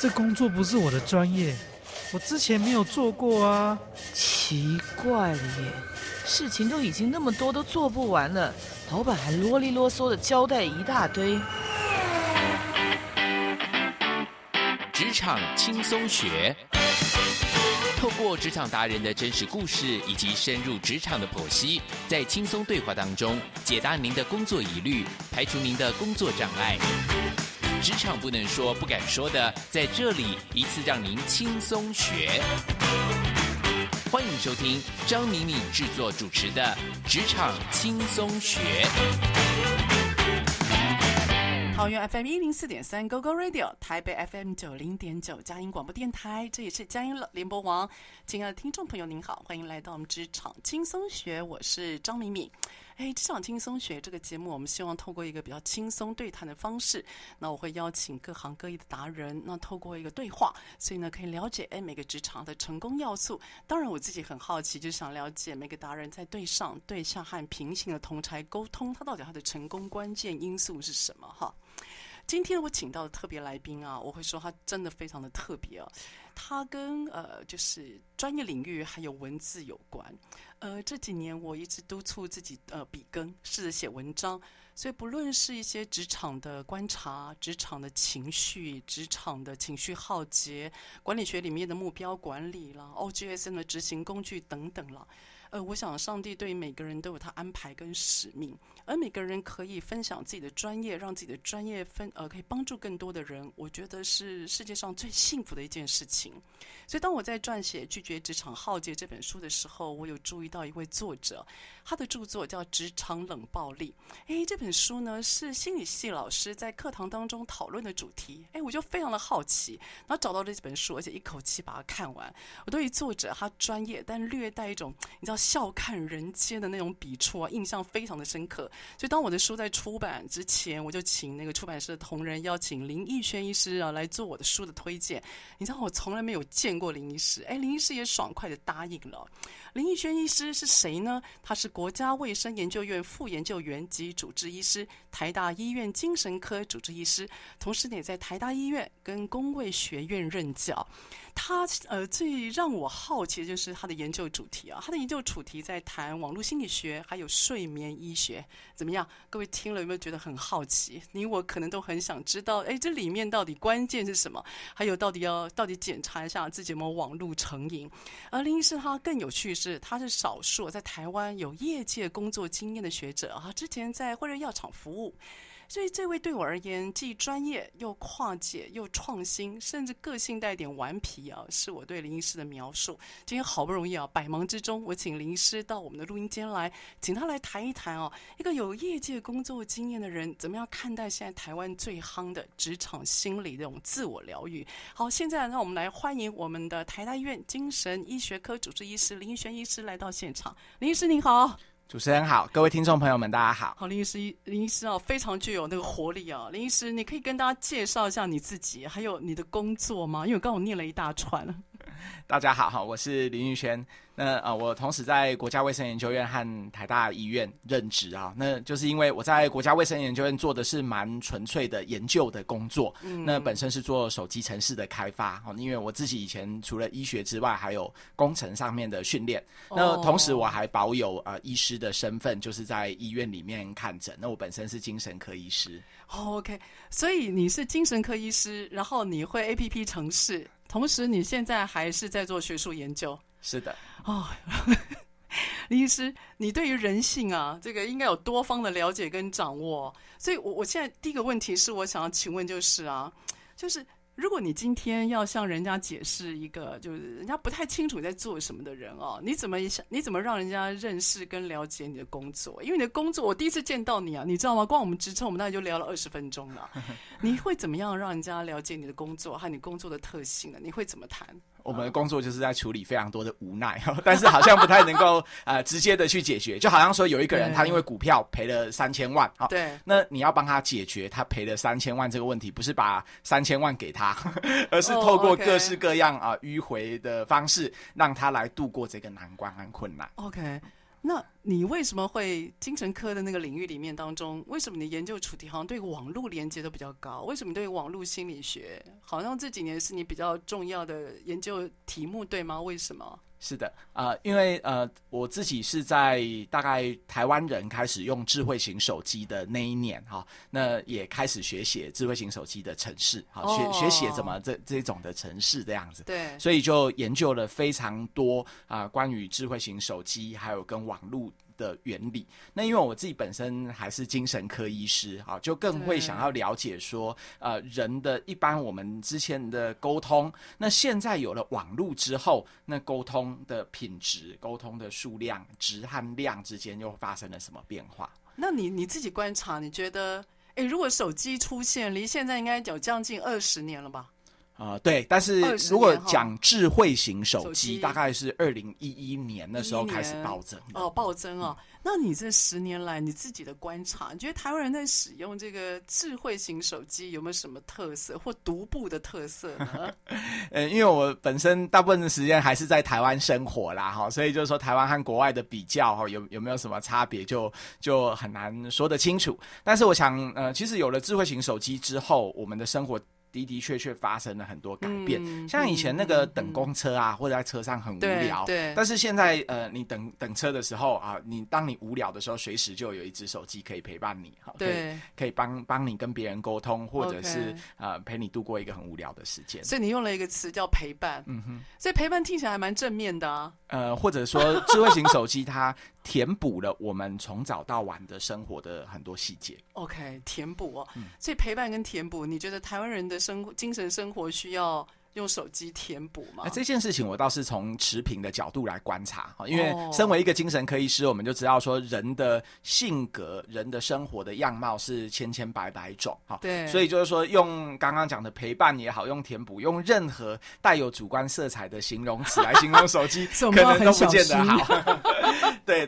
这工作不是我的专业，我之前没有做过啊。 奇怪了耶，事情都已经那么多，都做不完了，老板还啰里啰嗦的交代一大堆。 职场轻松学，透过职场达人的真实故事以及深入职场的剖析，在轻松对话当中解答您的工作疑虑，排除您的工作障碍。职场不能说不敢说的，在这里一次让您轻松学。欢迎收听张敏敏制作主持的《职场轻松学》。 桃园 FM 104.3 GoGo Radio， 台北 FM 90.9佳音广播电台，这也是佳音联播网。亲爱的听众朋友您好，欢迎来到我们职场轻松学，我是张敏敏。职场轻松学这个节目，我们希望透过一个比较轻松对谈的方式，那我会邀请各行各业的达人，那透过一个对话，所以呢可以了解每个职场的成功要素。当然我自己很好奇，就想了解每个达人在对上对下和平行的同侪沟通，他到底他的成功关键因素是什么哈。今天我请到的特别来宾啊，我会说他真的非常的特别啊，他跟就是专业领域还有文字有关。这几年我一直督促自己笔耕，试着写文章，所以不论是一些职场的观察、职场的情绪、职场的情绪浩劫、管理学里面的目标管理啦、OGSM 的执行工具等等啦。我想上帝对于每个人都有他安排跟使命，而每个人可以分享自己的专业，让自己的专业可以帮助更多的人，我觉得是世界上最幸福的一件事情。所以当我在撰写《拒绝职场浩劫》这本书的时候，我有注意到一位作者，他的著作叫《职场冷暴力》。这本书呢是心理系老师在课堂当中讨论的主题。我就非常的好奇，然后找到了这本书，而且一口气把它看完。我对于作者他专业但略带一种你知道笑看人间的那种笔触啊，印象非常的深刻。所以当我的书在出版之前，我就请那个出版社的同仁邀请林奕轩医师啊来做我的书的推荐。你知道我从来没有见过林医师，林医师也爽快的答应了。林奕轩医师是谁呢？他是国家卫生研究院副研究员及主治医师，台大医院精神科主治医师，同时也在台大医院跟公卫学院任教。他最让我好奇的就是他的研究主题啊，他的研究主题在谈网络心理学还有睡眠医学。怎么样？各位听了有没有觉得很好奇？你我可能都很想知道，这里面到底关键是什么？还有到底检查一下自己有没有网络成瘾。而林医师他更有趣是，他是少数在台湾有业界工作经验的学者啊，之前在辉瑞药厂服务。所以这位对我而言既专业又跨界又创新，甚至个性带点顽皮啊，是我对林医师的描述。今天好不容易啊，百忙之中我请林医师到我们的录音间来，请他来谈一谈一个有业界工作经验的人怎么样看待现在台湾最夯的职场心理这种自我疗愈。好，现在让我们来欢迎我们的台大医院精神医学科主治医师林奕轩医师来到现场。林医师您好。 主持人好，各位听众朋友们大家好。 好，林医师非常具有那个活力啊。林医师，你可以跟大家介绍一下你自己还有你的工作吗？因为我刚刚念了一大串。 大家好，我是林奕轩。那我同时在国家卫生研究院和台大医院任职啊。那就是因为我在国家卫生研究院做的是蛮纯粹的研究的工作，那本身是做手机程式的开发。因为我自己以前除了医学之外，还有工程上面的训练。那同时我还保有医师的身份，就是在医院里面看诊。那我本身是精神科医师。 OK， 所以你是精神科医师，然后你会 APP 程式，同时你现在还是在做学术研究。 是的。 林医师，你对于人性啊，这个应该有多方的了解跟掌握。所以我现在第一个问题是我想要请问就是如果你今天要向人家解释一个就是人家不太清楚你在做什么的人你怎么让人家认识跟了解你的工作？因为你的工作我第一次见到你啊，你知道吗？光我们职称我们大概就聊了20分钟了。你会怎么样让人家了解你的工作和你工作的特性呢？你会怎么谈？ 我们的工作就是在处理非常多的无奈，但是好像不太能够直接的去解决。就好像说有一个人他因为股票赔了3000万， 对， 那你要帮他解决他赔了3000万这个问题，不是把3000万给他，而是透过各式各样迂回的方式让他来度过这个难关和困难。 OK。 那你为什么会精神科的那个领域里面当中，为什么你的研究主题好像对网络连接都比较高？为什么对网络心理学好像这几年是你比较重要的研究题目，对吗？为什么？ 是的，因为我自己是在大概台湾人开始用智慧型手机的那一年哈，那也开始学写智慧型手机的程式，学写怎么这种的程式这样子。 对， 所以就研究了非常多关于智慧型手机还有跟网络的原理。那因为我自己本身还是精神科医师啊，就更会想要了解说人的一般我们之前的沟通，那现在有了网络之后，那沟通的品质、沟通的数量、质和量之间又发生了什么变化？ 那你自己观察，你觉得如果手机出现，离现在应该有将近20年了吧？ 对，但是如果讲智慧型手机，大概是2011年那时候开始暴增的。 暴增哦。那你这10年来你自己的观察，你觉得台湾人在使用这个智慧型手机有没有什么特色或独步的特色呢？ 因为我本身大部分的时间还是在台湾生活啦，所以就是说台湾和国外的比较有没有什么差别就很难说得清楚。但是我想其实有了智慧型手机之后，我们的生活的确发生了很多改变，像以前那个等公车啊，或者在车上很无聊， 对， 但是现在你等车的时候啊，当你无聊的时候，随时就有一只手机可以陪伴你， 对， 可以帮你跟别人沟通，或者是陪你度过一个很无聊的时间。 所以你用了一个词叫陪伴，所以陪伴听起来还蛮正面的啊。 或者说智慧型手机它填补了我们从早到晚的生活的很多细节。 OK， 填补哦，所以陪伴跟填补，你觉得台湾人的精神生活需要用手机填补吗？ 这件事情我倒是从持平的角度来观察，因为身为一个精神科医师，我们就知道说人的性格、人的生活的样貌是千千百百种， 对， 所以就是说用刚刚讲的陪伴也好，用填补，用任何带有主观色彩的形容词来形容手机，可能都不见得好。对。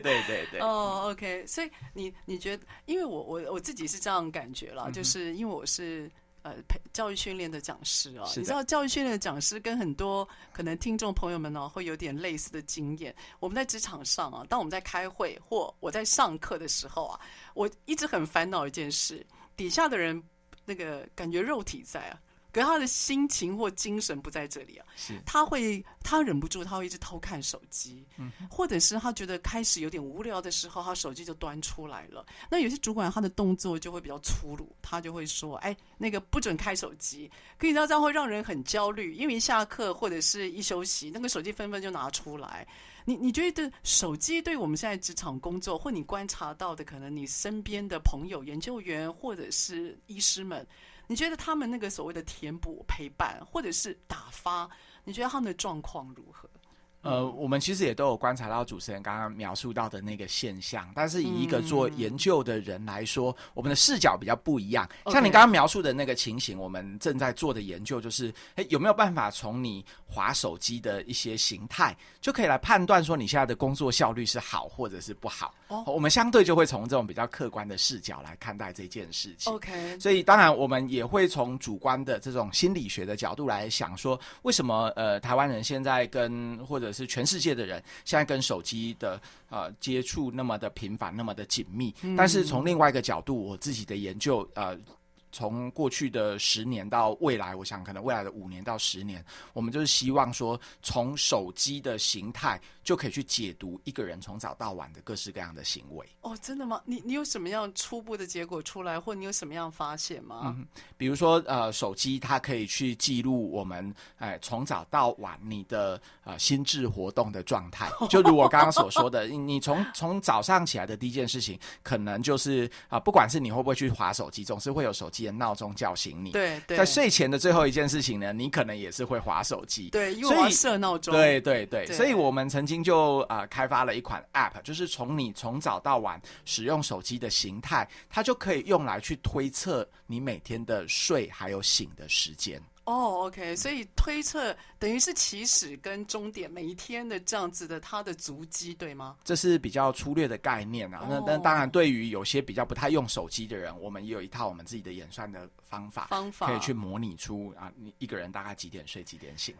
OK， 所以你觉得，因为我自己是这样感觉啦，就是因为我是教育训练的讲师啊，你知道教育训练的讲师跟很多可能听众朋友们呢会有点类似的经验。我们在职场上啊，当我们在开会或我在上课的时候啊，我一直很烦恼一件事，底下的人那个感觉肉体在啊，可是他的心情或精神不在这里啊，他忍不住他会一直偷看手机，或者是他觉得开始有点无聊的时候，他手机就端出来了。那有些主管他的动作就会比较粗鲁，他就会说那个不准开手机。可你知道这样会让人很焦虑，因为一下课或者是一休息，那个手机纷纷就拿出来。你觉得手机对我们现在职场工作，或你观察到的可能你身边的朋友、研究员或者是医师们，你觉得他们那个所谓的填补、陪伴或者是打发，你觉得他们的状况如何？ 我们其实也都有观察到主持人刚刚描述到的那个现象，但是以一个做研究的人来说，我们的视角比较不一样。像你刚刚描述的那个情形，我们正在做的研究就是，有没有办法从你滑手机的一些形态，就可以来判断说你现在的工作效率是好或者是不好。我们相对就会从这种比较客观的视角来看待这件事情。 OK， 所以当然我们也会从主观的这种心理学的角度来想说，为什么台湾人现在或者是全世界的人现在跟手机的接触那么的频繁，那么的紧密。但是从另外一个角度，我自己的研究从过去的10年到未来，我想可能未来的5年到10年，我们就是希望说，从手机的形态就可以去解读一个人从早到晚的各式各样的行为。 真的吗？你有什么样初步的结果出来，或你有什么样发现吗？ 比如说手机它可以去记录我们从早到晚你的心智活动的状态。就如我刚刚所说的，你从早上起来的第一件事情，可能就是不管是你会不会去滑手机，总是会有手机的闹钟叫醒你。 对， 在睡前的最后一件事情呢，你可能也是会滑手机。 对，因为我要设闹钟。 对，所以我们曾经就开发了一款 App， 就是你从早到晚使用手机的形态，它就可以用来去推测你每天的睡还有醒的时间。 OK， 所以推测等于是起始跟终点每一天的这样子的它的足迹，对吗？ 这是比较粗略的概念啊。那当然，对于有些比较不太用手机的人，我们也有一套我们自己的演算的方法可以去模拟出你一个人大概几点睡几点醒来。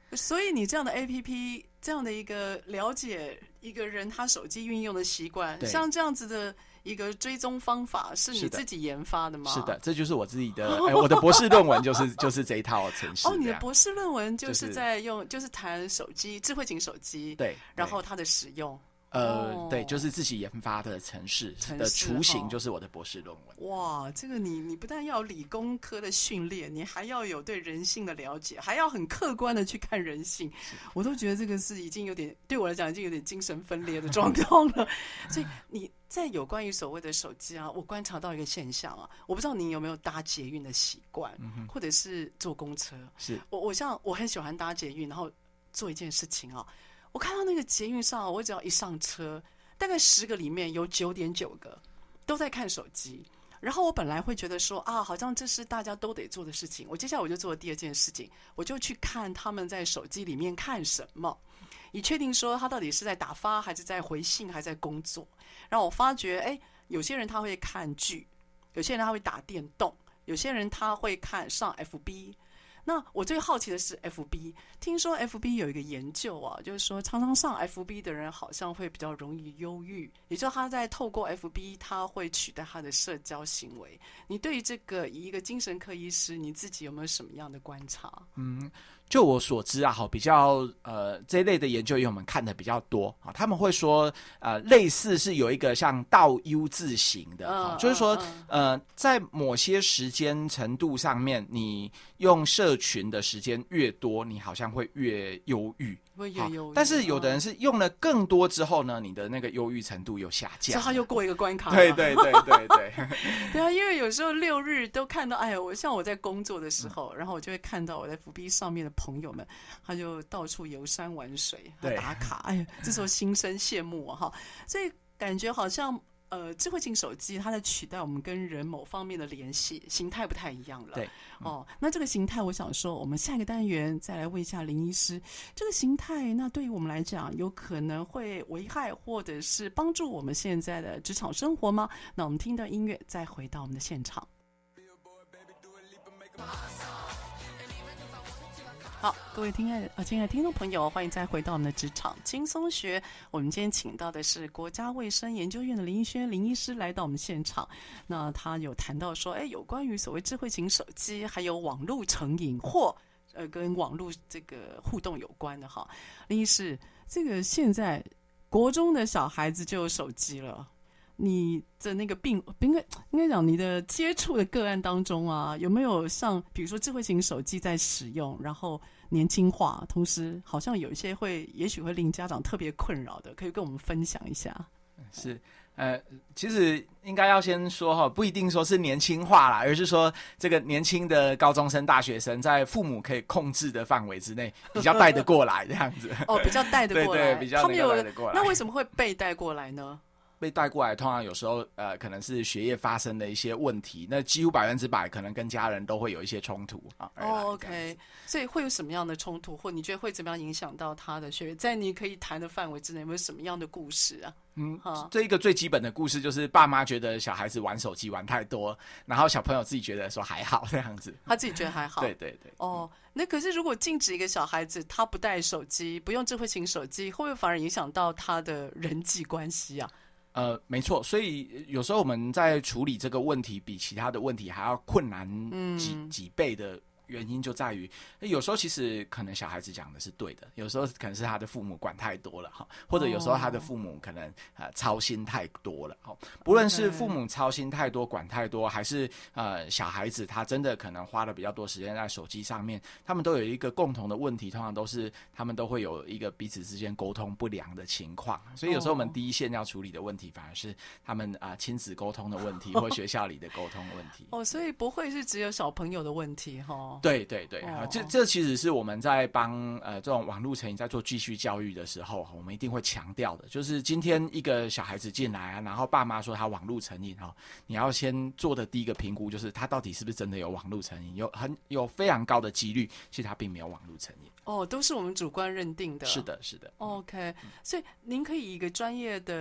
所以你这样的 APP， 这样的一个了解一个人他手机运用的习惯，像这样子的一个追踪方法，是你自己研发的吗？ 是的，这就是我自己的，我的博士论文就是这一套程式。 你的博士论文就是在用，就是谈手机，智慧型手机， 对， 然后它的使用。 对，就是自己研发的程式的雏形，就是我的博士论文。 哇，这个你不但要有理工科的训练，你还要有对人性的了解，还要很客观的去看人性。我都觉得这个是已经有点，对我来讲已经有点精神分裂的状况了。所以你在有关于所谓的手机啊，我观察到一个现象啊，我不知道你有没有搭捷运的习惯，或者是坐公车。 是我很喜欢搭捷运，然后做一件事情啊。我看到那个捷运上，我只要一上车，大概10个里面有9.9个都在看手机。然后我本来会觉得说啊，好像这是大家都得做的事情。接下来我就做了第二件事情，我就去看他们在手机里面看什么，以确定说他到底是在打发，还是在回信，还是在工作。然后我发觉，有些人他会看剧，有些人他会打电动，有些人他会上 FB。那我最好奇的是 FB， 听说 FB 有一个研究啊，就是说常常上 FB 的人好像会比较容易忧郁，也就是他在透过 FB 他会取代他的社交行为。你对于这个以一个精神科医师，你自己有没有什么样的观察？ 就我所知啊，比较这一类的研究，因为我们看的比较多啊，他们会说类似是有一个像倒 U 字形的，就是说在某些时间程度上面，你用社群的时间越多，你好像会越忧郁。但是有的人是用了更多之后呢，你的那个忧郁程度又下降， 所以他又过一个关卡。 对对啊，因为有时候6日都看到，我在工作的时候，然后我就会看到我在 FB 上面的朋友们，他就到处游山玩水，打卡，这时候心生羡慕啊，所以感觉好像智慧型手机它在取代我们跟人某方面的联系形态不太一样了。 对， 那这个形态，我想说，我们下一个单元再来问一下林医师，这个形态，那对于我们来讲，有可能会危害或者是帮助我们现在的职场生活吗？那我们听到音乐，再回到我们的现场。好，各位亲爱的听众朋友，欢迎再回到我们的职场轻松学。我们今天请到的是国家卫生研究院的林义轩林医师来到我们现场。那他有谈到说，有关于所谓智慧型手机，还有网络成瘾或跟网络这个互动有关的哈。林医师，这个现在国中的小孩子就有手机了。你的那个应该讲你的接触的个案当中啊，有没有像比如说智慧型手机在使用，然后年轻化，同时好像有一些也许会令家长特别困扰的，可以跟我们分享一下？ 是，其实应该要先说不一定说是年轻化啦，而是说这个年轻的高中生、大学生在父母可以控制的范围之内，比较带得过来这样子。 比较带得过来， 对，比较能够带得过来。 那为什么会被带过来呢？ 被带过来，通常有时候可能是学业发生的一些问题，那几乎100%可能跟家人都会有一些冲突啊。 OK， 所以会有什么样的冲突，或你觉得会怎么样影响到他的学业？在你可以谈的范围之内，有没有什么样的故事啊？ 这一个最基本的故事就是爸妈觉得小孩子玩手机玩太多，然后小朋友自己觉得说还好这样子， 他自己觉得还好。 对。 那可是如果禁止一个小孩子他不带手机，不用智慧型手机，会不会反而影响到他的人际关系啊？ 没错，所以有时候我们在处理这个问题，比其他的问题还要困难几倍的原因就在于，有时候其实可能小孩子讲的是对的，有时候可能是他的父母管太多了哈，或者有时候他的父母可能操心太多了哈。不论是父母操心太多、管太多，还是小孩子他真的可能花了比较多时间在手机上面，他们都有一个共同的问题，通常都是他们都会有一个彼此之间沟通不良的情况，所以有时候我们第一线要处理的问题，反而是他们亲子沟通的问题，或学校里的沟通问题。 所以不会是只有小朋友的问题哈。 对，这其实是我们在帮这种网络成瘾在做继续教育的时候，我们一定会强调的，就是今天一个小孩子进来然后爸妈说他网络成瘾你要先做的第一个评估就是他到底是不是真的有网络成瘾，有非常高的几率，其实他并没有网络成瘾。都是我们主观认定的。 是的。 OK， 所以您可以以一个专业的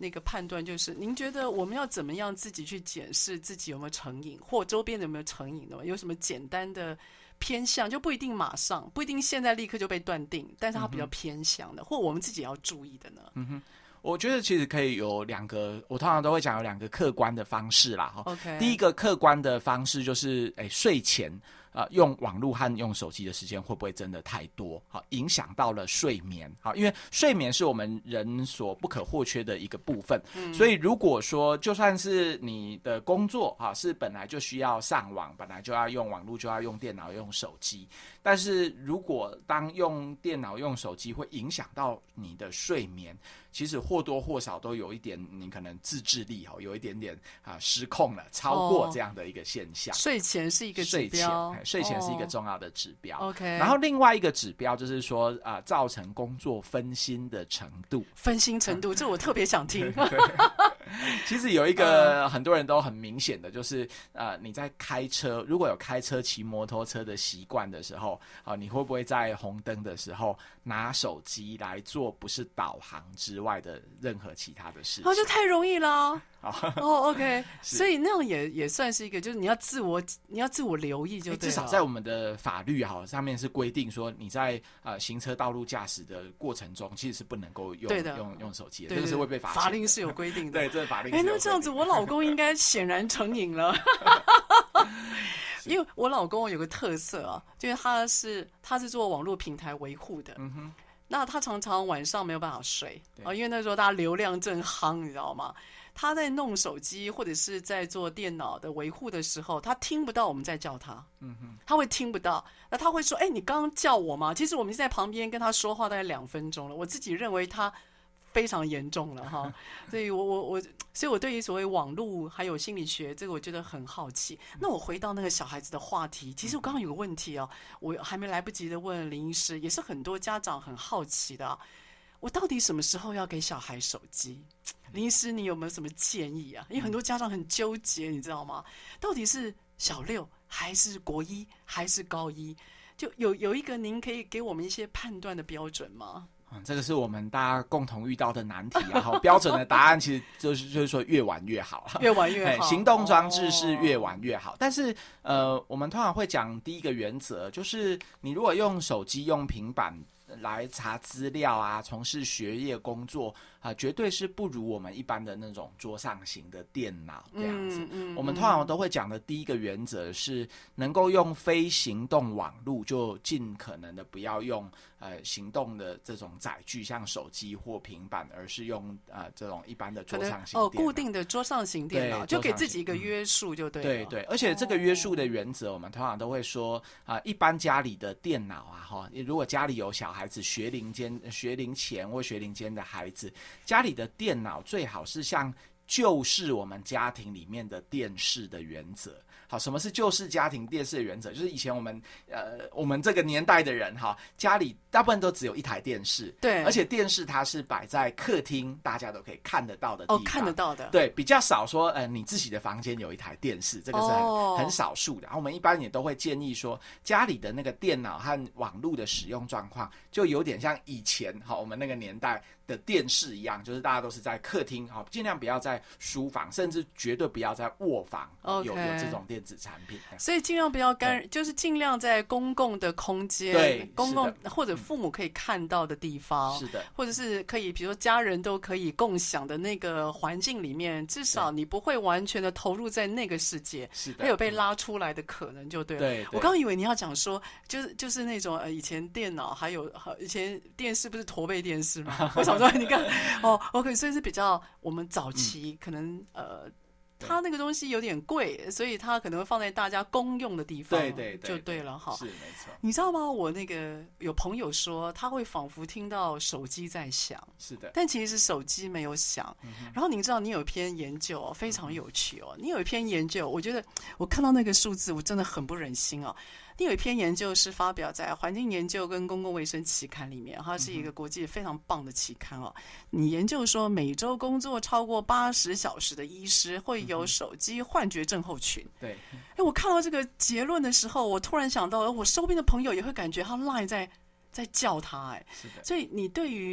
那个判断，就是您觉得我们要怎么样自己去检视自己有没有成瘾，或周边有没有成瘾的？有什么简单的偏向，就不一定马上，不一定现在立刻就被断定，但是它比较偏向的，或我们自己也要注意的呢？ 我觉得其实可以有2个，我通常都会讲有2个客观的方式啦。 OK， 第一个客观的方式就是，睡前用网络和用手机的时间会不会真的太多？好，影响到了睡眠。好，因为睡眠是我们人所不可或缺的一个部分。所以如果说就算是你的工作是本来就需要上网，本来就要用网络，就要用电脑、用手机，但是如果当用电脑、用手机会影响到你的睡眠，其实或多或少都有一点，你可能自制力有一点点失控了，超过这样的一个现象。 睡前是一个指标， 睡前是一个重要的指标。 OK， 然后另外一个指标就是说，造成工作分心的程度。 分心程度，这我特别想听。 其实有一个很多人都很明显的，就是你在开车，如果有开车、骑摩托车的习惯的时候，你会不会在红灯的时候拿手机来做不是导航之外的任何其他的事情？ 这太容易了。OK， 所以那样也算是一个，就是你要自我留意就对了。 至少在我们的法律上面是规定说，你在行车道路驾驶的过程中，其实是不能够用手机的，这个是会被罚钱的。 法令是有规定的。 对，这个法令是有规定的。 那这样子，我老公应该显然成瘾了。因为我老公有个特色啊，就是他是做网络平台维护的。那他常常晚上没有办法睡因为那时候大家流量正夯，你知道吗？他在弄手机或者是在做电脑的维护的时候，他听不到我们在叫他，他会听不到。那他会说：“你刚刚叫我吗？”其实我们在旁边跟他说话大概2分钟了。我自己认为他非常严重了哈，所以我对于所谓网络还有心理学这个，我觉得很好奇。那我回到那个小孩子的话题，其实我刚刚有个问题我还没来不及的问林医师，也是很多家长很好奇的我到底什么时候要给小孩手机？林医师，你有没有什么建议啊？因为很多家长很纠结，你知道吗？到底是小6还是国1还是高1？就有一个您可以给我们一些判断的标准吗？ 这个是我们大家共同遇到的难题标准的答案其实就是说越晚越好， 越晚越好。 行动装置是越晚越好，但是我们通常会讲第一个原则，就是你如果用手机、用平板来查资料从事学业工作绝对是不如我们一般的那种桌上型的电脑这样子。我们通常都会讲的第一个原则是，能够用非行动网路就尽可能的不要用行动的这种载具，像手机或平板，而是用这种一般的桌上型电脑固定的桌上型电脑，就给自己一个约束就对了。 对，而且这个约束的原则，我们通常都会说一般家里的电脑如果家里有小孩子学龄前或学龄间的孩子，家里的电脑最好是像旧式我们家庭里面的电视的原则。好，什么是旧式家庭电视的原则？就是以前我们这个年代的人家里大部分都只有一台电视， 对， 而且电视它是摆在客厅，大家都可以看得到的地方， 看得到的， 对，比较少说你自己的房间有一台电视，这个是很少数的。然后我们一般也都会建议说，家里的那个电脑和网络的使用状况，就有点像以前我们那个年代的电视一样，就是大家都是在客厅尽量不要在书房，甚至绝对不要在卧房有这种电子产品。 所以尽量不要就是尽量在公共的空间， 对， 公共或者父母可以看到的地方， 是的， 或者是可以比如说家人都可以共享的那个环境里面，至少你不会完全的投入在那个世界， 是的， 还有被拉出来的可能就对了。 对， 我刚以为你要讲说就是那种以前电脑还有以前电视不是驼背电视吗？我想说你看OK， 所以是比较我们早期可能它那个东西有点贵，所以它可能会放在大家公用的地方， 对， 就对了哈。 是没错。 你知道吗？我那个有朋友说，他会仿佛听到手机在响， 是的， 但其实手机没有响。然后你知道，你有一篇研究非常有趣你有一篇研究，我觉得我看到那个数字，我真的很不忍心你有一篇研究是发表在《环境研究跟公共卫生期刊》里面，它是一个国际非常棒的期刊你研究说，每周工作超过80小时的医师会有手机幻觉症候群。 对， 我看到这个结论的时候，我突然想到，我周边的朋友也会感觉他 LINE 在叫他。 是的。 所以你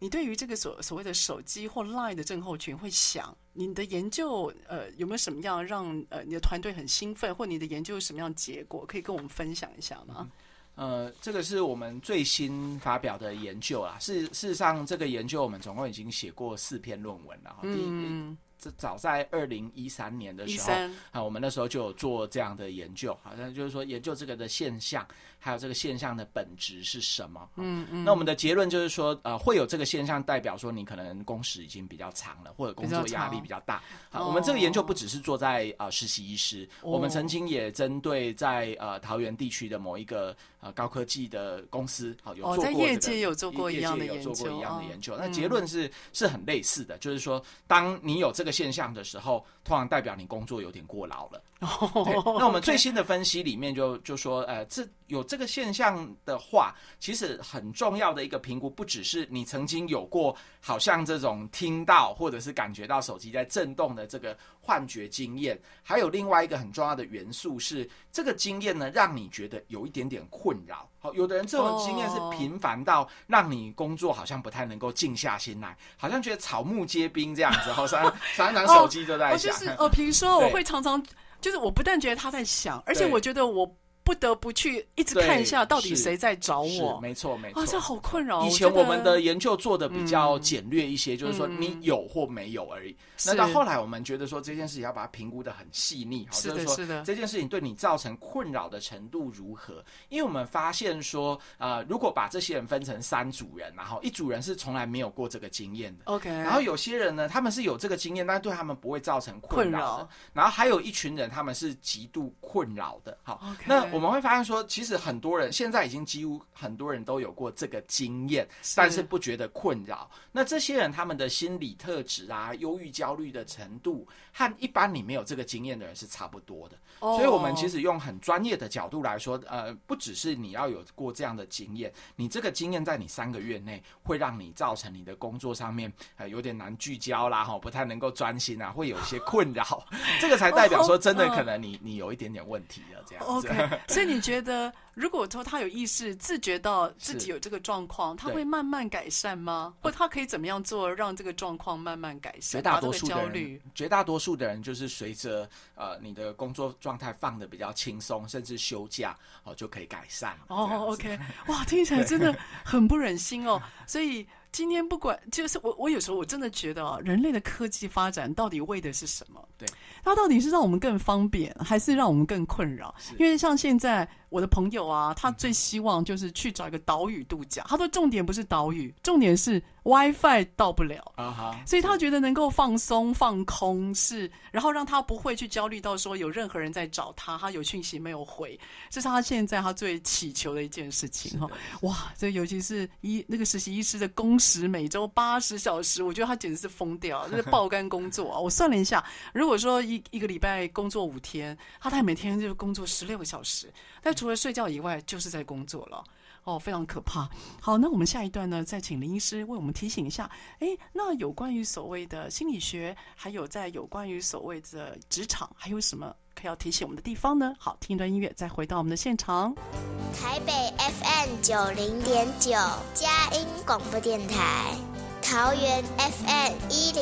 你对于这个所谓的手机或 LINE 的症候群会想，你的研究有没有什么样让你的团队很兴奋，或你的研究有什么样的结果，可以跟我们分享一下吗？ 这个是我们最新发表的研究啦。事实上，这个研究我们总共已经写过4篇论文了。早在2013年的时候我们那时候就有做这样的研究，好像就是说研究这个的现象，还有这个现象的本质是什么。那我们的结论就是说，会有这个现象，代表说你可能工时已经比较长了，或者工作压力比较大。我们这个研究不只是做在实习医师，我们曾经也针对在桃园地区的某一个高科技的公司，有做过在业界有做过一样的研究。那结论是很类似的，就是说，当你有这个现象的时候，通常代表你工作有点过劳了。那我们最新的分析里面就说，有这个现象的话，其实很重要的一个评估，不只是你曾经有过好像这种听到或者是感觉到手机在震动的这个幻觉经验，还有另外一个很重要的元素是，这个经验呢让你觉得有一点点困扰。有的人这种经验是频繁到让你工作好像不太能够静下心来，好像觉得草木皆兵这样子，常手机就在响。 比如说我会常常就是我不但觉得他在响，而且我觉得我不得不去一直看一下到底谁在找我。 没错这好困扰。 以前我们的研究做的比较简略一些，就是说你有或没有而已。那到后来我们觉得说这件事情要把它评估的很细腻，就是说这件事情对你造成困扰的程度如何。因为我们发现说如果把这些人分成3组人，然后一组人是从来没有过这个经验的 OK， 然后有些人呢他们是有这个经验，但是对他们不会造成困扰的，然后还有一群人他们是极度困扰的。好，那我们会发现说，其实很多人现在已经几乎很多人都有过这个经验，但是不觉得困扰。那这些人他们的心理特质啊，忧郁焦虑的程度和一般你没有这个经验的人是差不多的。所以我们其实用很专业的角度来说，不只是你要有过这样的经验，你这个经验在你3个月内会让你造成你的工作上面有点难聚焦啦，不太能够专心啊，会有一些困扰。这个才代表说真的可能你有一点点问题了这样子。 OK， 所以你觉得如果说他有意识自觉到自己有这个状况，他会慢慢改善吗？或他可以怎么样做让这个状况慢慢改善？ 绝大多数的人就是随着你的工作状态放得比较轻松，甚至休假就可以改善。 OK， 哇，听起来真的很不忍心哦。所以今天不管就是我有时候我真的觉得人类的科技发展到底为的是什么？ 对， 它到底是让我们更方便，还是让我们更困扰？因为像现在我的朋友啊，他最希望就是去找一个岛屿度假。他说重点不是岛屿，重点是 WiFi 到不了所以他觉得能够放松放空然后让他不会去焦虑到说有任何人在找他有讯息没有回，这是他现在他最祈求的一件事情哇，这尤其是那个实习医师的工时每周80小时，我觉得他简直是疯掉，这是爆肝工作我算了一下，如果说一个礼拜工作5天，他大概每天就工作16个小时，但除了睡觉以外就是在工作了非常可怕。好，那我们下一段呢，再请林医师为我们提醒一下，那有关于所谓的心理学，还有有关于所谓的职场，还有什么可以要提醒我们的地方呢？好，听一段音乐，再回到我们的现场。 台北 FM 90.9佳音广播电台，桃园 FM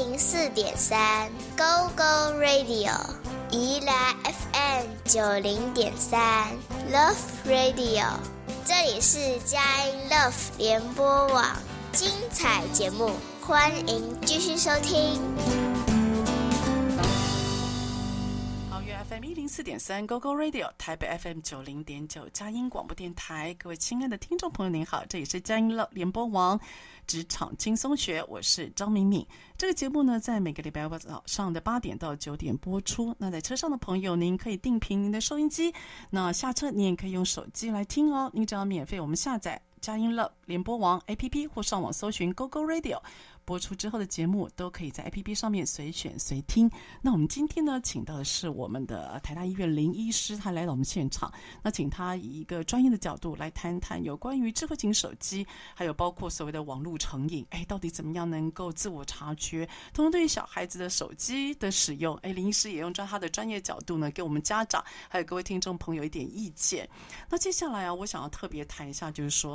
104.3 Go Go Radio， 宜兰 FM 90.3 Love Radio。这里是佳音 Love 联播网，精彩节目，欢迎继续收听。 桃园 FM 104.3 Go Go Radio， 台北 FM 90.9佳音广播电台，各位亲爱的听众朋友您好，这里是佳音 Love 联播网职场轻松学，我是张敏敏。这个节目呢，在每个礼拜五早上的8点到9点播出。那在车上的朋友，您可以定频您的收音机，那下车你也可以用手机来听哦。您只要免费我们下载佳音 Love 联播网 APP 或上网搜寻 Go Go Radio，播出之后的节目都可以在 APP 上面随选随听。那我们今天呢，请到的是我们的台大医院林医师，他来到我们现场。那请他以一个专业的角度来谈谈有关于智慧型手机，还有包括所谓的网络成瘾，到底怎么样能够自我察觉？同时对于小孩子的手机的使用，林医师也用他的专业角度呢，给我们家长还有各位听众朋友一点意见。那接下来啊，我想要特别谈一下，就是说，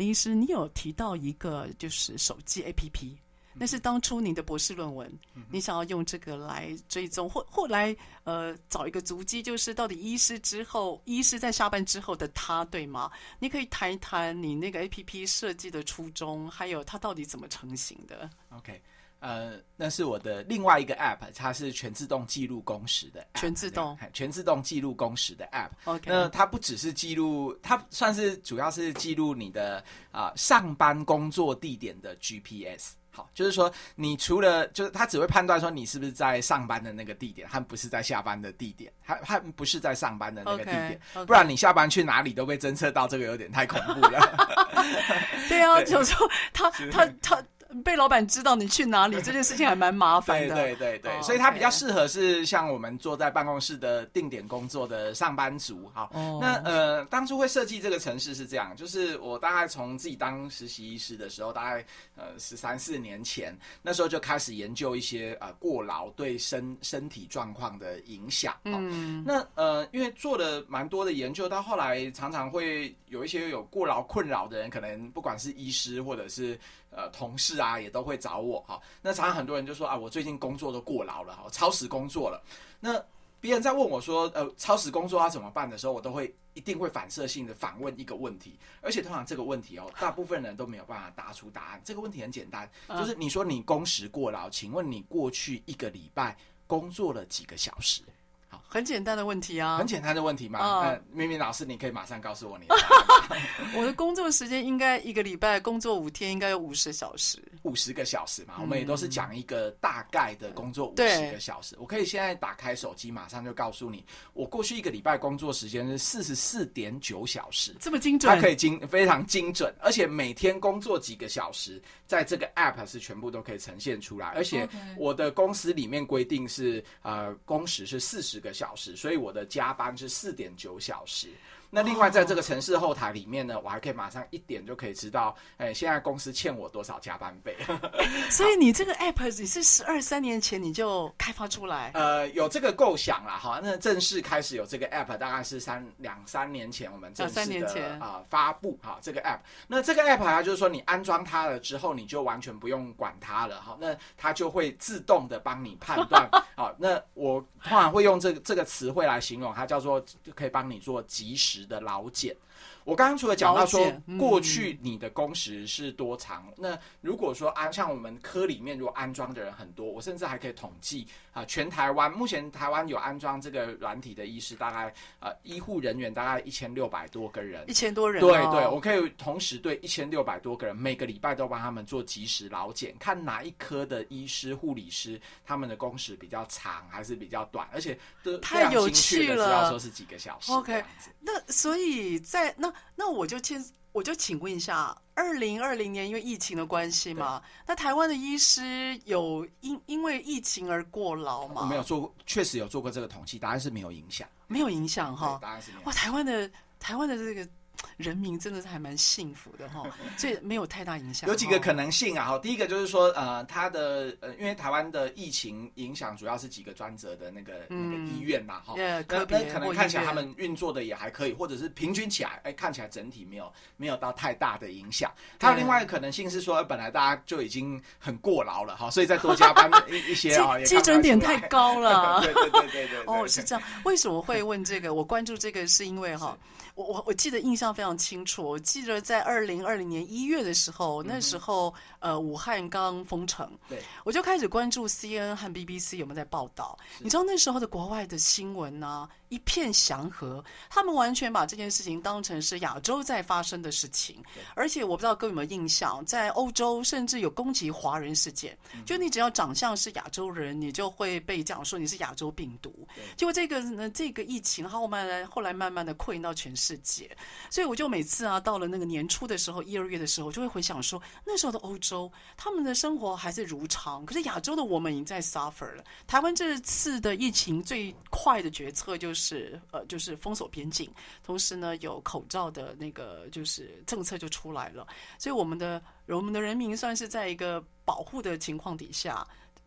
林医师，你有提到一个就是手机 APP。那是当初您的博士论文，你想要用这个来追踪，后来找一个足迹，就是到底医师在下班之后的他，对吗？你可以谈一谈你那个 APP 设计的初衷，还有它到底怎么成型的 ？OK，那是我的另外一个 App， 它是全自动记录工时的 App， 全自动记录工时的 App。OK， 那它不只是记录，它算是主要是记录你的上班工作地点的 GPS。好，就是说，你除了就是他只会判断说你是不是在上班的那个地点，和不是在下班的地点，还不是在上班的那个地点，不然你下班去哪里都被侦测到，这个有点太恐怖了。 对啊，有时候他被老板知道你去哪里，这件事情还蛮麻烦的。 对，所以它比较适合是像我们坐在办公室的定点工作的上班族。好，那当初会设计这个程式是这样，就是我大概从自己当实习医师的时候，大概13、14年前，那时候就开始研究一些过劳对身体状况的影响。那因为做了蛮多的研究，到后来常常会有一些有过劳困扰的人，可能不管是医师或者是同事啊，也都会找我哈。那常常很多人就说我最近工作都过劳了，超时工作了。那别人在问我说超时工作要怎么办的时候，我都一定会反射性的反问一个问题，而且通常这个问题大部分人都没有办法答出答案。这个问题很简单，就是你说你工时过劳，请问你过去1个礼拜工作了几个小时？ 很简单的问题啊， 很简单的问题嘛。明明老师，你可以马上告诉我你的答案。 我的工作时间应该1个礼拜工作5天，应该有50小时 ，50个小时嘛。我们也都是讲一个大概的工作50个小时。我可以现在打开手机，马上就告诉你，我过去1个礼拜工作时间是44.9小时， 这么精准， 它可以非常精准，而且每天工作几个小时，在这个 App 是全部都可以呈现出来。而且我的公司里面规定是工时是40个小时，所以我的加班是4.9小时。那另外在这个城市后台里面呢，我还可以马上1点就可以知道，现在公司欠我多少加班费。 所以你这个 app 你是12、13年前你就开发出来？ 有这个构想啦，哈，那正式开始有这个 app 大概是2、3年前我们正式的发布哈这个 app。那这个 app 它就是说你安装它了之后，你就完全不用管它了，哈，那它就会自动的帮你判断。好，那我通常会用这个词汇来形容，它叫做可以帮你做即时的劳检。我刚刚除了讲到说过去你的工时是多长，那如果说像我们科里面如果安装的人很多，我甚至还可以统计全台湾目前台湾有安装这个软体的医师大概医护人员大概1600多个人 ，1000多人。 对，我可以同时对1600多个人每个礼拜都帮他们做即时劳检，看哪一科的医师护理师他们的工时比较长还是比较短，而且都太有趣了， 知道说是几个小时。 OK， 那所以在那我就请问一下，2020年因为疫情的关系嘛，那台湾的医师有因为疫情而过劳吗？ 我没有做过，确实有做过这个统计，答案是没有影响。 没有影响哈， 答案是没有。 哇，台湾的这个人民真的是还蛮幸福的哈，所以没有太大影响。 有几个可能性啊，第一个就是说，它的因为台湾的疫情影响主要是几个专责的那个医院嘛，哈，那可能看起来他们运作的也还可以，或者是平均起来，看起来整体没有到太大的影响。还有另外一个可能性是说，本来大家就已经很过劳了哈，所以再多加班一些基准点太高了。 对。 哦，是这样。为什么会问这个？我关注这个是因为哈。我记得印象非常清楚，我记得在2020年1月的时候，那时候武汉刚封城，对，我就开始关注 CNN 和 BBC 有没有在报道。你知道那时候的国外的新闻啊，一片祥和，他们完全把这件事情当成是亚洲在发生的事情。而且我不知道各位有没有印象，在欧洲甚至有攻击华人事件，就你只要长相是亚洲人，你就会被讲说你是亚洲病毒。结果这个疫情后来慢慢的扩延到全世界，所以我就每次到了那个年初的时候，1、2月的时候，就会回想说，那时候的欧洲他们的生活还是如常，可是亚洲的我们已经在 suffer 了。台湾这次的疫情最快的决策就是封锁边境，同时呢有口罩的那个就是政策就出来了，所以我们的人民算是在一个保护的情况底下。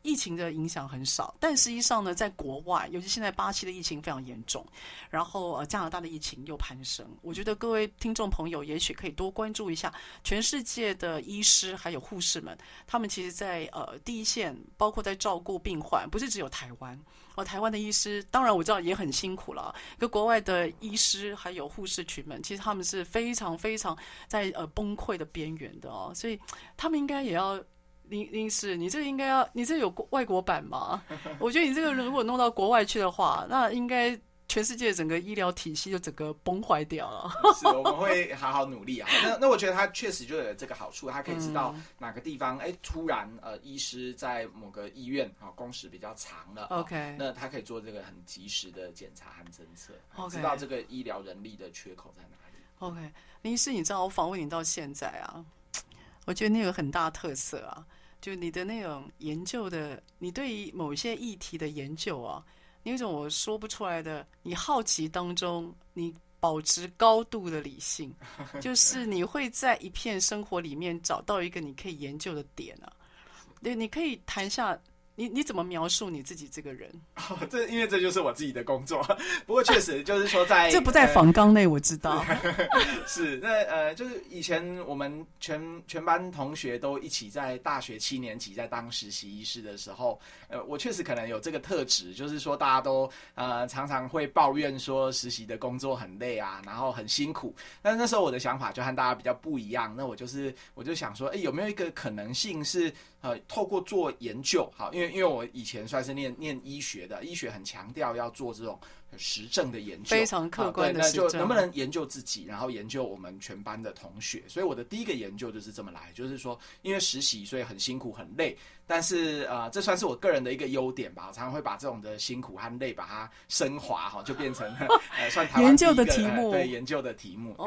疫情的影响很少，但实际上呢，在国外，尤其现在巴西的疫情非常严重，然后加拿大的疫情又攀升。我觉得各位听众朋友也许可以多关注一下全世界的医师还有护士们，他们其实在第一线，包括在照顾病患，不是只有台湾。台湾的医师当然我知道也很辛苦了，跟国外的医师还有护士群们，其实他们是非常非常在崩溃的边缘的哦，所以他们应该也要。林师，你这个应该要，你这有外国版吗？我觉得你这个如果弄到国外去的话，那应该全世界整个医疗体系就整个崩坏掉了。 是，我们会好好努力啊。那我觉得他确实就有这个好处，他可以知道哪个地方，突然医师在某个医院工时比较长了 ，OK， 那他可以做这个很及时的检查和侦测， OK， 知道这个医疗人力的缺口在哪里。 OK， 林医师，你知道我访问你到现在啊，我觉得你有很大特色啊。就你的那种研究的，你对于某些议题的研究啊，你有一种我说不出来的，你好奇当中，你保持高度的理性，就是你会在一片生活里面找到一个你可以研究的点啊。对，你可以谈一下。你怎么描述你自己这个人？ 因为这就是我自己的工作。不过确实就是说这不在访纲内，我知道。 是那就是以前我们全班同学都一起在大学7年级在当实习医师的时候，我确实可能有这个特质，就是说大家都常常会抱怨说实习的工作很累啊，然后很辛苦。但是那时候我的想法就和大家比较不一样，那我就想说，有没有一个可能性是透过做研究，好，因为我以前算是念医学的，医学很强调要做这种实证的研究， 非常客观的实证， 那就能不能研究自己，然后研究我们全班的同学。所以我的第一个研究就是这么来，就是说因为实习所以很辛苦很累，但是这算是我个人的一个优点吧，我常常会把这种的辛苦和累把它升华，就变成算台湾研究的题目， 对，研究的题目。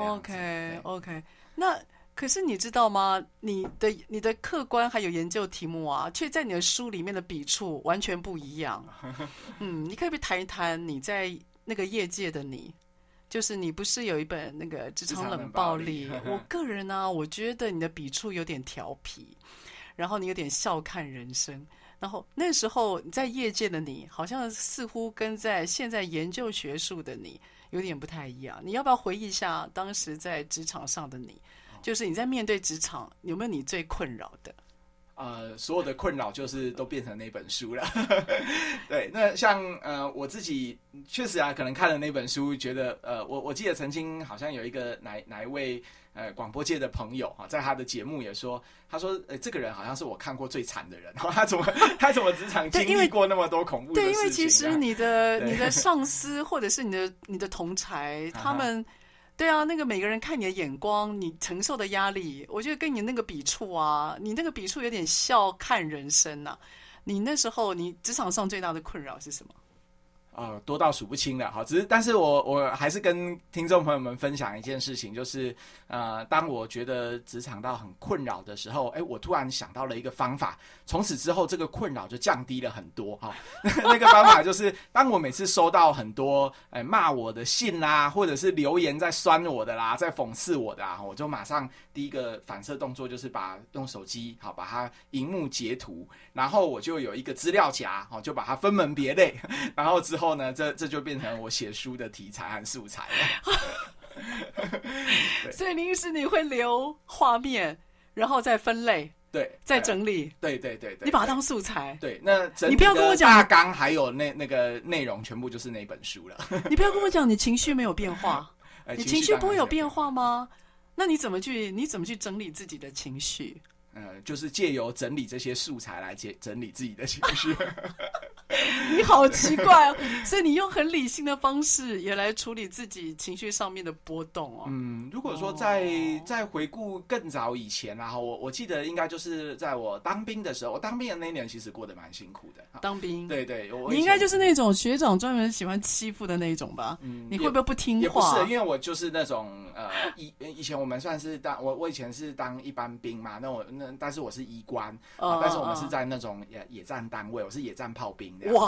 OK， 那可是你知道吗？你的客观还有研究题目啊，却在你的书里面的笔触完全不一样。你可以不可以谈一谈你在那个业界的你？就是你不是有一本那个职场冷暴力？我个人呢，我觉得你的笔触有点调皮，然后你有点笑看人生。然后那时候你在业界的你，好像似乎跟在现在研究学术的你有点不太一样。你要不要回忆一下当时在职场上的你？就是你在面对职场，有没有你最困扰的？ 所有的困扰就是都变成那本书了。对，那像我自己确实可能看了那本书，觉得我记得曾经好像有一个哪一位广播界的朋友在他的节目也说，他说这个人好像是我看过最惨的人，他怎么职场经历过那么多恐怖的事情？ 对，因为其实你的上司或者是你的同儕，他们。对啊，那个每个人看你的眼光，你承受的压力，我觉得跟你那个笔触啊，你那个笔触有点笑看人生啊。你那时候你职场上最大的困扰是什么？ 多到数不清了。好，但是我还是跟听众朋友们分享一件事情，就是当我觉得职场到很困扰的时候，我突然想到了一个方法，从此之后这个困扰就降低了很多。那个方法就是当我每次收到很多骂我的信啦，或者是留言在酸我的啦，在讽刺我的我就马上第一个反射动作就是用手机把它萤幕截图，然后我就有一个资料夹就把它分门别类，然后之后呢，这就变成我写书的题材和素材了。 所以林医师你会留画面，然后再分类， 对， 再整理， 对， 你把它当素材。 对，那整你不要跟我讲大纲还有那个内容全部就是那本书了。 你不要跟我讲你情绪没有变化，你情绪不会有变化吗？那你怎么去整理自己的情绪？ 就是借由整理这些素材来整理自己的情绪。 你好奇怪哦，所以你用很理性的方式也来处理自己情绪上面的波动哦。 如果说在回顾更早以前啊，我记得应该就是在我当兵的时候，我当兵的那一年其实过得蛮辛苦的。 当兵， 对， 你应该就是那种学长专门喜欢欺负的那种吧？你会不会不听话？ 也不是，因为我就是那种以前我们算是我以前是当一般兵嘛，但是我是医官，但是我们是在那种野战单位，我是野战炮兵。哇！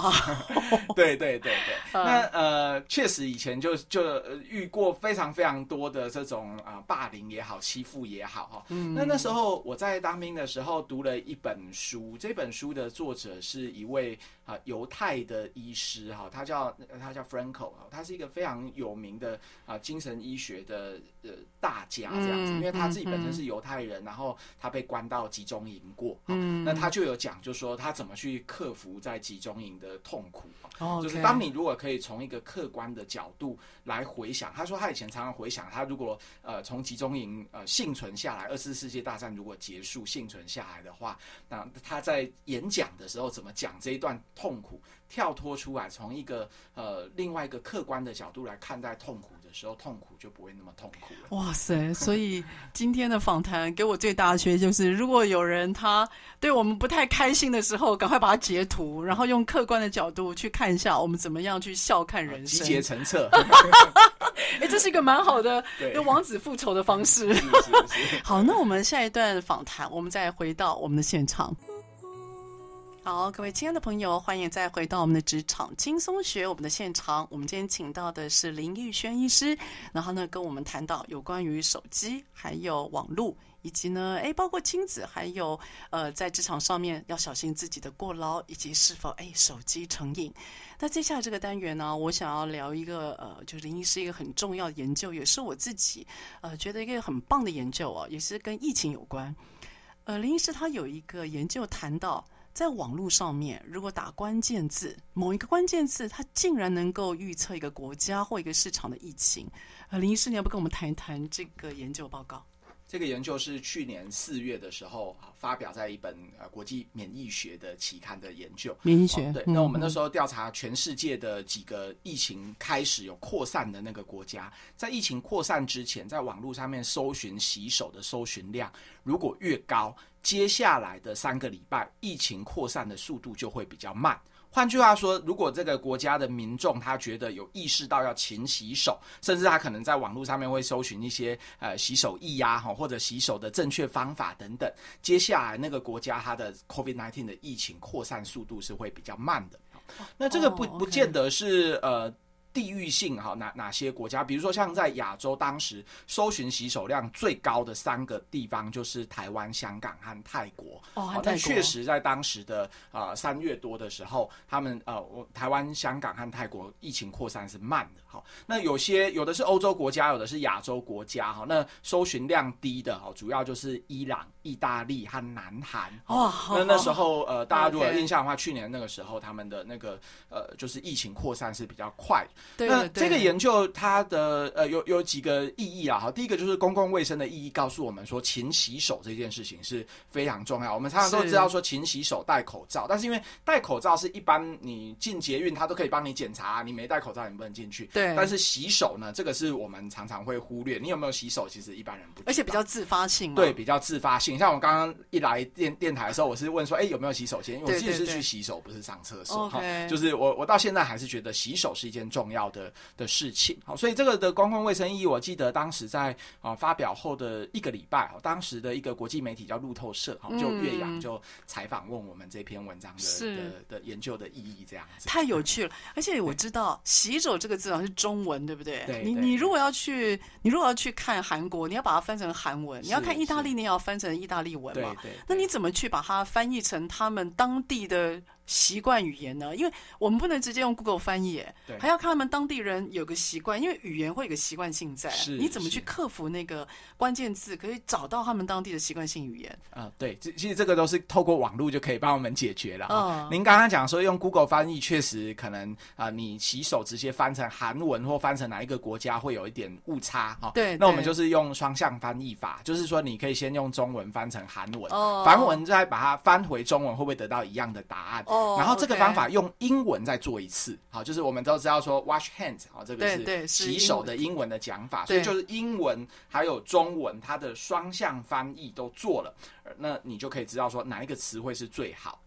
对对对对，那确实以前就遇过非常非常多的这种霸凌也好，欺负也好哈。那时候我在当兵的时候读了一本书，这本书的作者是一位犹太的医师哈，他叫 Franco， 他是一个非常有名的精神医学的大家这样子，因为他自己本身是犹太人，然后他被关到集中营过，那他就有讲，就说他怎么去克服在集中营的痛苦，就是当你如果可以从一个客观的角度来回想，他说他以前常常回想，他如果从集中营幸存下来，2次世界大战如果结束幸存下来的话，那他在演讲的时候怎么讲这一段痛苦，跳脱出来，从一个另外一个客观的角度来看待痛苦的时候，痛苦就不会那么痛苦了。 哇塞！所以今天的访谈给我最大的学习就是，如果有人他对我们不太开心的时候，赶快把它截图，然后用客观的角度去看一下，我们怎么样去笑看人生， 集结成册。 这是一个蛮好的用王子复仇的方式。 是好，那我们下一段访谈，我们再回到我们的现场。好，各位亲爱的朋友，欢迎再回到我们的职场轻松学，我们的现场。我们今天请到的是林玉轩医师，然后呢跟我们谈到有关于手机还有网络，以及呢包括亲子，还有在职场上面要小心自己的过劳，以及是否手机成瘾。那接下来这个单元呢，我想要聊一个就是林医师一个很重要的研究，也是我自己觉得一个很棒的研究哦，也是跟疫情有关。林医师他有一个研究谈到，在网络上面，如果打关键字，某一个关键字，它竟然能够预测一个国家或一个市场的疫情。林医师，你要不跟我们谈一谈这个研究报告？ 这个研究是去年4月的时候发表在一本国际免疫学的期刊的研究。 免疫学， 对。那我们那时候调查全世界的几个疫情开始有扩散的那个国家，在疫情扩散之前，在网络上面搜寻洗手的搜寻量如果越高，接下来的3个礼拜，疫情扩散的速度就会比较慢。换句话说，如果这个国家的民众他觉得有意识到要勤洗手，甚至他可能在网络上面会搜寻一些洗手液啊，或者洗手的正确方法等等，接下来那个国家它的 COVID-19 的疫情扩散速度是会比较慢的。那这个不见得是地域性哪些国家，比如说像在亚洲，当时搜寻洗手量最高的3个地方就是台湾、香港和泰国。但确实在当时的3月多的时候，他们台湾、香港和泰国疫情扩散是慢的。好，那有的是欧洲国家，有的是亚洲国家。好，那搜寻量低的主要就是伊朗、意大利和南韩。那时候大家如果有印象的话，去年那个时候他们的那个就是疫情扩散是比较快。那这个研究它的有几个意义啊。第一个就是公共卫生的意义，告诉我们说勤洗手这件事情是非常重要。我们常常都知道说勤洗手、戴口罩，但是因为戴口罩是一般你进捷运它都可以帮你检查，你没戴口罩你不能进去。对。但是洗手呢，这个是我们常常会忽略。你有没有洗手？其实一般人不知道， 而且比较自发性。 对，比较自发性。像我刚刚一来电台的时候，我是问说，有没有洗手间？因为我自己是去洗手，不是上厕所。就是我到现在还是觉得洗手是一件重要的事情。好，所以这个的公共卫生意义，我记得当时在发表后的1个礼拜，当时的一个国际媒体叫路透社，就岳阳就采访问我们这篇文章的研究的意义，这样子太有趣了。而且我知道洗手这个字是中文，对不对？ 对。 你如果要去看韩国，你要把它翻成韩文；你要看意大利，你也要翻成意大利文嘛。对。那你怎么去把它翻译成他们当地的习惯语言呢？因为我们不能直接用 Google 翻译，还要看他们当地人有个习惯，因为语言会有个习惯性在。你怎么去克服那个关键字，可以找到他们当地的习惯性语言？ 对，其实这个都是透过网络就可以帮我们解决了。您刚刚讲说用 Google 翻译，确实可能你洗手直接翻成韩文或翻成哪一个国家会有一点误差。对。那我们就是用双向翻译法，就是说你可以先用中文翻成韩文，韩文再把它翻回中文，会不会得到一样的答案？然后这个方法用英文再做一次。好，就是我们都知道说 wash hands， 这个是洗手的英文的讲法，所以就是英文还有中文它的双向翻译都做了，那你就可以知道说哪一个词汇是最好。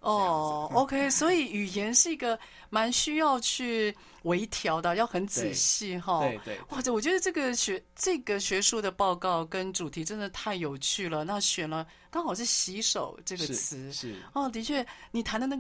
OK， 所以语言是一个蛮需要去微调的，要很仔细哈。 对。 哇，我觉得这个学术的报告跟主题真的太有趣了。那选了刚好是洗手这个词， 是的确，你谈的那个国家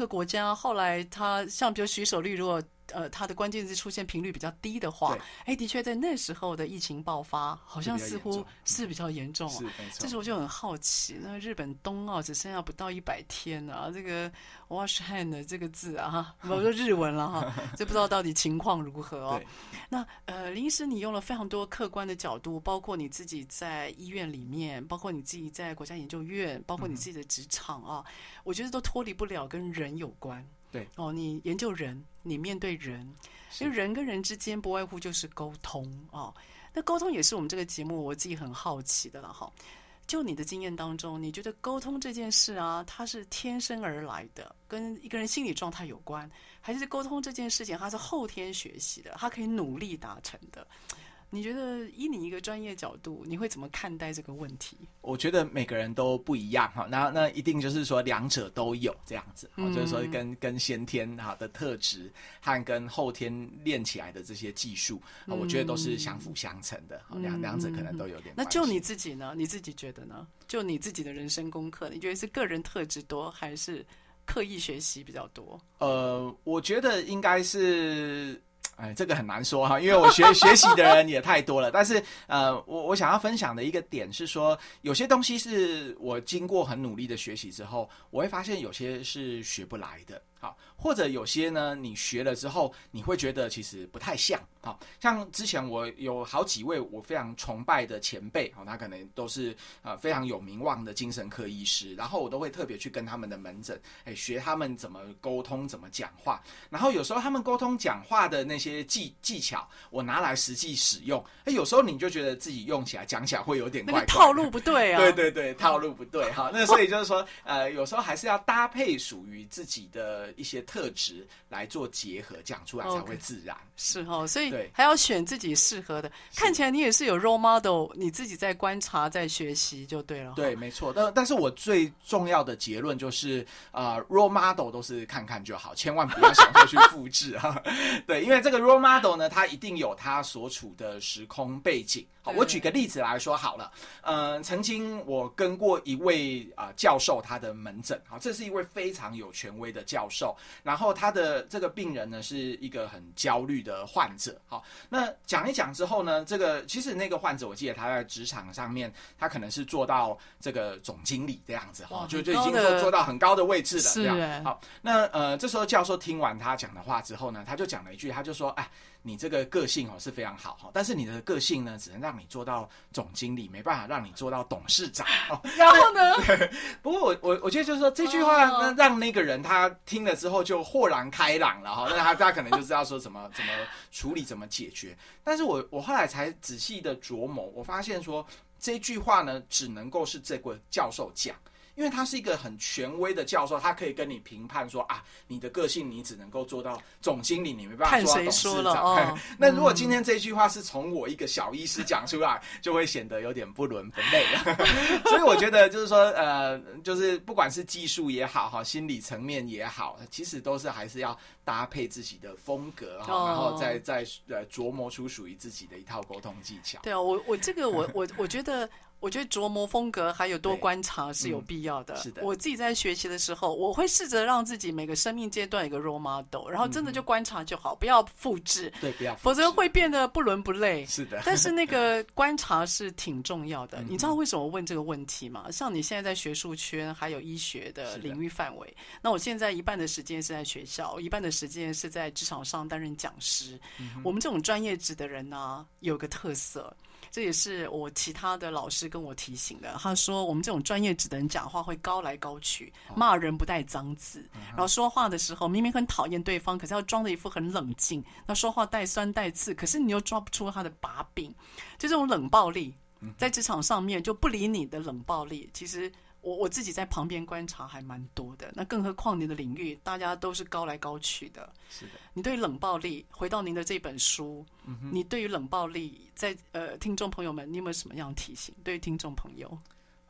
啊，后来他像比如徐守律，如果它的关键字出现频率比较低的话，的确在那时候的疫情爆发，好像似乎是比较严重。 是没错。 这时我就很好奇，那日本冬奥只剩下不到100天啊，这个 wash hand 的这个字啊，我说日文了哈，就不知道到底情况如何哦。那林医师，你用了非常多客观的角度，包括你自己在医院里面，包括你自己在国家研究院，包括你自己的职场啊，我觉得都脱离不了跟人有关。 对哦，你研究人，你面对人，因为人跟人之间不外乎就是沟通哦。那沟通也是我们这个节目我自己很好奇的了哈。就你的经验当中，你觉得沟通这件事啊，它是天生而来的，跟一个人心理状态有关，还是沟通这件事情它是后天学习的，它可以努力达成的？你觉得以你一个专业角度，你会怎么看待这个问题？ 我觉得每个人都不一样哈，那一定就是说两者都有这样子，就是说跟先天的特质和跟后天练起来的这些技术，我觉得都是相辅相成的，两者可能都有点关系。 那就你自己呢？你自己觉得呢？就你自己的人生功课，你觉得是个人特质多，还是刻意学习比较多？ 我觉得应该是。这个很难说哈，因为我学习的人也太多了。但是我想要分享的一个点是说，有些东西是我经过很努力的学习之后，我会发现有些是学不来的。好，或者有些呢，你学了之后，你会觉得其实不太像。好，像之前我有好几位我非常崇拜的前辈，他可能都是非常有名望的精神科医师，然后我都会特别去跟他们的门诊，学他们怎么沟通，怎么讲话。然后有时候他们沟通讲话的那些技巧，我拿来实际使用，有时候你就觉得自己用起来讲起来会有点怪怪的， 那个套路不对啊。 对，套路不对哈。那所以就是说，有时候还是要搭配属于自己的一些特质来做结合，讲出来才会自然。 是哦，所以还要选自己适合的。看起来你也是有 role model， 你自己在观察，在学习就对了。 对，没错。但是我最重要的结论就是，role model 都是看看就好，千万不要想说去复制哈。对，因为这个 role model 呢，它一定有它所处的时空背景。好，我举个例子来说好了。曾经我跟过一位教授他的门诊，好，这是一位非常有权威的教授。然后他的这个病人呢是一个很焦虑的患者。好，那讲一讲之后呢，其实那个患者我记得他在职场上面，他可能是做到这个总经理这样子哈，就已经做到很高的位置了。这样好，那这时候教授听完他讲的话之后呢，他就讲了一句，他就说：“哎，你这个个性是非常好，但是你的个性呢，只能让你做到总经理，没办法让你做到董事长。” 然后呢？ 不过我觉得就是说这句话让那个人他听了之后就豁然开朗了哈，那他可能就知道说怎么处理，怎么解决。但是我后来才仔细的琢磨，我发现说这句话呢，只能够是这个教授讲。因为他是一个很权威的教授，他可以跟你评判说你的个性你只能够做到总经理，你没办法做到董事长。那如果今天这句话是从我一个小医师讲出来，就会显得有点不伦不类了。所以我觉得就是说，就是不管是技术也好，心理层面也好，其实都是还是要搭配自己的风格，然后再琢磨出属于自己的一套沟通技巧。 对啊，我这个我觉得。我觉得琢磨风格还有多观察是有必要的。 是的， 我自己在学习的时候，我会试着让自己每个生命阶段有个 role model， 然后真的就观察就好，不要复制。 对，不要复制， 否则会变得不伦不类。 是的， 但是那个观察是挺重要的。你知道为什么我问这个问题吗？像你现在在学术圈还有医学的领域范围，那我现在一半的时间是在学校，一半的时间是在职场上担任讲师。我们这种专业职的人呢，有个特色。这也是我其他的老师跟我提醒的。他说，我们这种专业职的人讲话会高来高去，骂人不带脏字，然后说话的时候明明很讨厌对方，可是要装的一副很冷静。那说话带酸带刺，可是你又抓不出他的把柄。就这种冷暴力，在职场上面就不理你的冷暴力，其实我自己在旁边观察还蛮多的。那更何况你的领域大家都是高来高去的。 是的， 你对于冷暴力，回到您的这本书，你对于冷暴力在听众朋友们，你有没有什么样的提醒？对于听众朋友，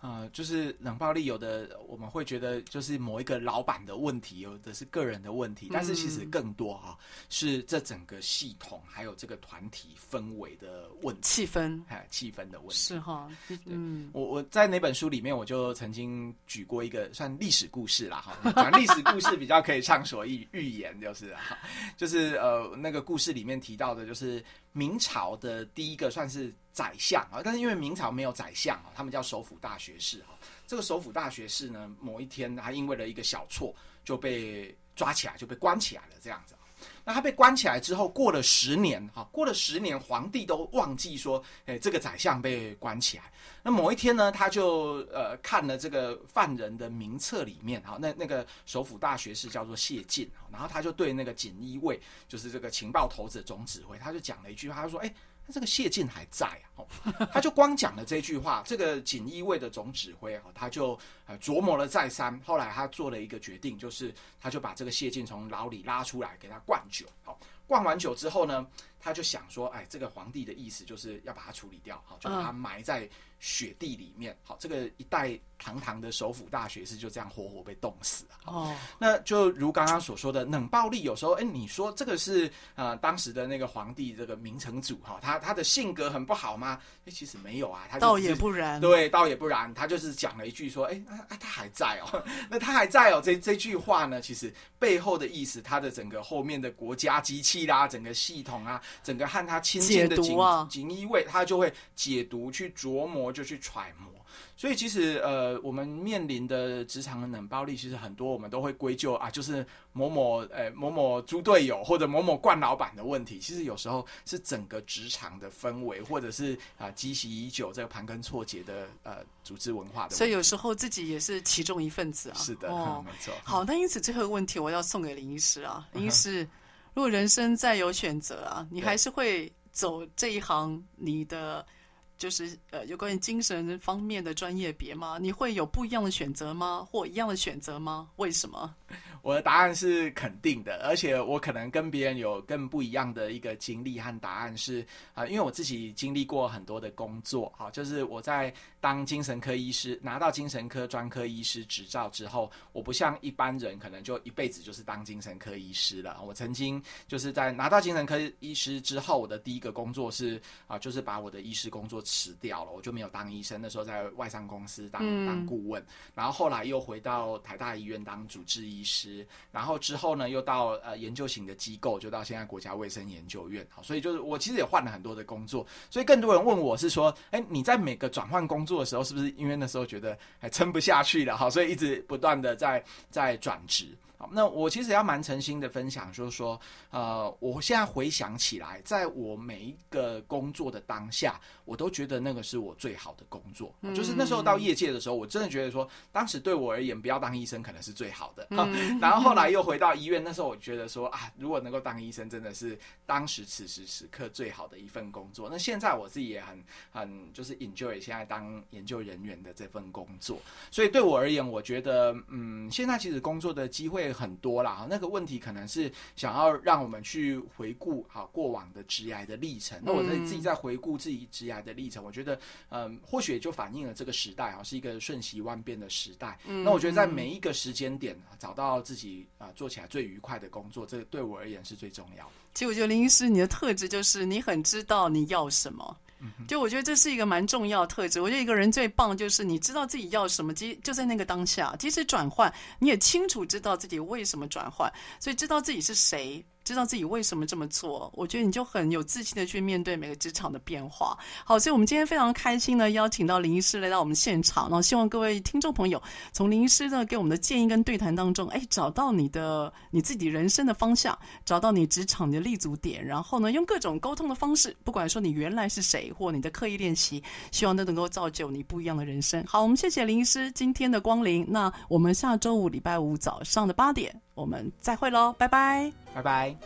就是冷暴力，有的我们会觉得就是某一个老板的问题，有的是个人的问题，但是其实更多是这整个系统还有这个团体氛围的问题，气氛的问题是哈。 我在那本书里面，我就曾经举过一个算历史故事啦，讲历史故事比较可以畅所欲言，就是那个故事里面提到的，就是明朝的第一个算是宰相啊，但是因为明朝没有宰相啊，他们叫首辅大学士啊。这个首辅大学士呢，某一天他因为了一个小错就被抓起来，就被关起来了这样子。那他被关起来之后，过了10年，皇帝都忘记说，这个宰相被关起来。那某一天呢，他就看了这个犯人的名册里面，那个首辅大学士叫做谢晋，然后他就对那个锦衣卫，就是这个情报头子的总指挥，他就讲了一句话，他就说，那这个谢晋还在啊，他就光讲了这句话，这个锦衣卫的总指挥他就琢磨了再三，后来他做了一个决定，就是他就把这个谢晋从牢里拉出来，给他灌酒。灌完酒之后呢，他就想说，这个皇帝的意思就是要把他处理掉，就把他埋在雪地里面。这个一代堂堂的首辅大学士就这样活活被冻死了。那就如刚刚所说的，冷暴力有时候，你说这个是当时的那个皇帝这个明成祖他的性格很不好吗？其实没有啊，他倒也不然。 对，倒也不然，他就是讲了一句说，他还在哦。那他还在哦，这句话呢，其实背后的意思，他的整个后面的国家机器啦，整个系统啊，整个和他亲近的锦衣卫，他就会解读、去琢磨、就去揣摩。所以其实我们面临的职场的冷暴力，其实很多我们都会归咎就是某某猪队友或者某某惯老板的问题。其实有时候是整个职场的氛围，或者是积习已久这个盘根错节的组织文化的问题。 所以有时候自己也是其中一份子啊。 是的，没错。 好，那因此最后一个问题我要送给林医师啊，林医师，如果人生再有选择啊，你还是会走这一行？你的就是有关于精神方面的专业别吗？你会有不一样的选择吗？或一样的选择吗？为什么？ 我的答案是肯定的，而且我可能跟别人有更不一样的一个经历和答案是因为我自己经历过很多的工作就是我在当精神科医师，拿到精神科专科医师执照之后，我不像一般人可能就一辈子就是当精神科医师了。我曾经就是在拿到精神科医师之后，我的第一个工作是就是把我的医师工作辞掉了，我就没有当医生。那时候在外商公司当顾问，然后后来又回到台大医院当主治医师。然后之后呢，又到研究型的机构，就到现在国家卫生研究院。所以就是我其实也换了很多的工作，所以更多人问我是说，你在每个转换工作的时候，是不是因为那时候觉得撑不下去了，所以一直不断的在转职？那我其实要蛮诚心的分享，就是说，我现在回想起来，在我每一个工作的当下，我都觉得那个是我最好的工作。就是那时候到业界的时候，我真的觉得说，当时对我而言，不要当医生可能是最好的。然后后来又回到医院，那时候我觉得说如果能够当医生，真的是当时此时此刻最好的一份工作。那现在我自己也很就是 enjoy 现在当研究人员的这份工作。所以对我而言，我觉得现在其实工作的机会很多啦，那个问题可能是想要让我们去回顾过往的职涯的历程。那我自己在回顾自己职涯的历程，我觉得或许也就反映了这个时代是一个瞬息万变的时代。那我觉得在每一个时间点找到自己做起来最愉快的工作，这对我而言是最重要的。 其实我觉得林医师你的特质就是你很知道你要什么。就我觉得这是一个蛮重要的特质。我觉得一个人最棒就是你知道自己要什么，就在那个当下，即使转换你也清楚知道自己为什么转换，所以知道自己是谁，知道自己为什么这么做，我觉得你就很有自信的去面对每个职场的变化。好，所以我们今天非常开心呢，邀请到林医师来到我们现场，然后希望各位听众朋友从林医师呢给我们的建议跟对谈当中，找到你自己人生的方向，找到你职场的立足点，然后呢用各种沟通的方式，不管说你原来是谁或你的刻意练习，希望都能够造就你不一样的人生。好，我们谢谢林医师今天的光临，那我们下周五礼拜五早上的8点我们再会咯，拜拜。 拜拜。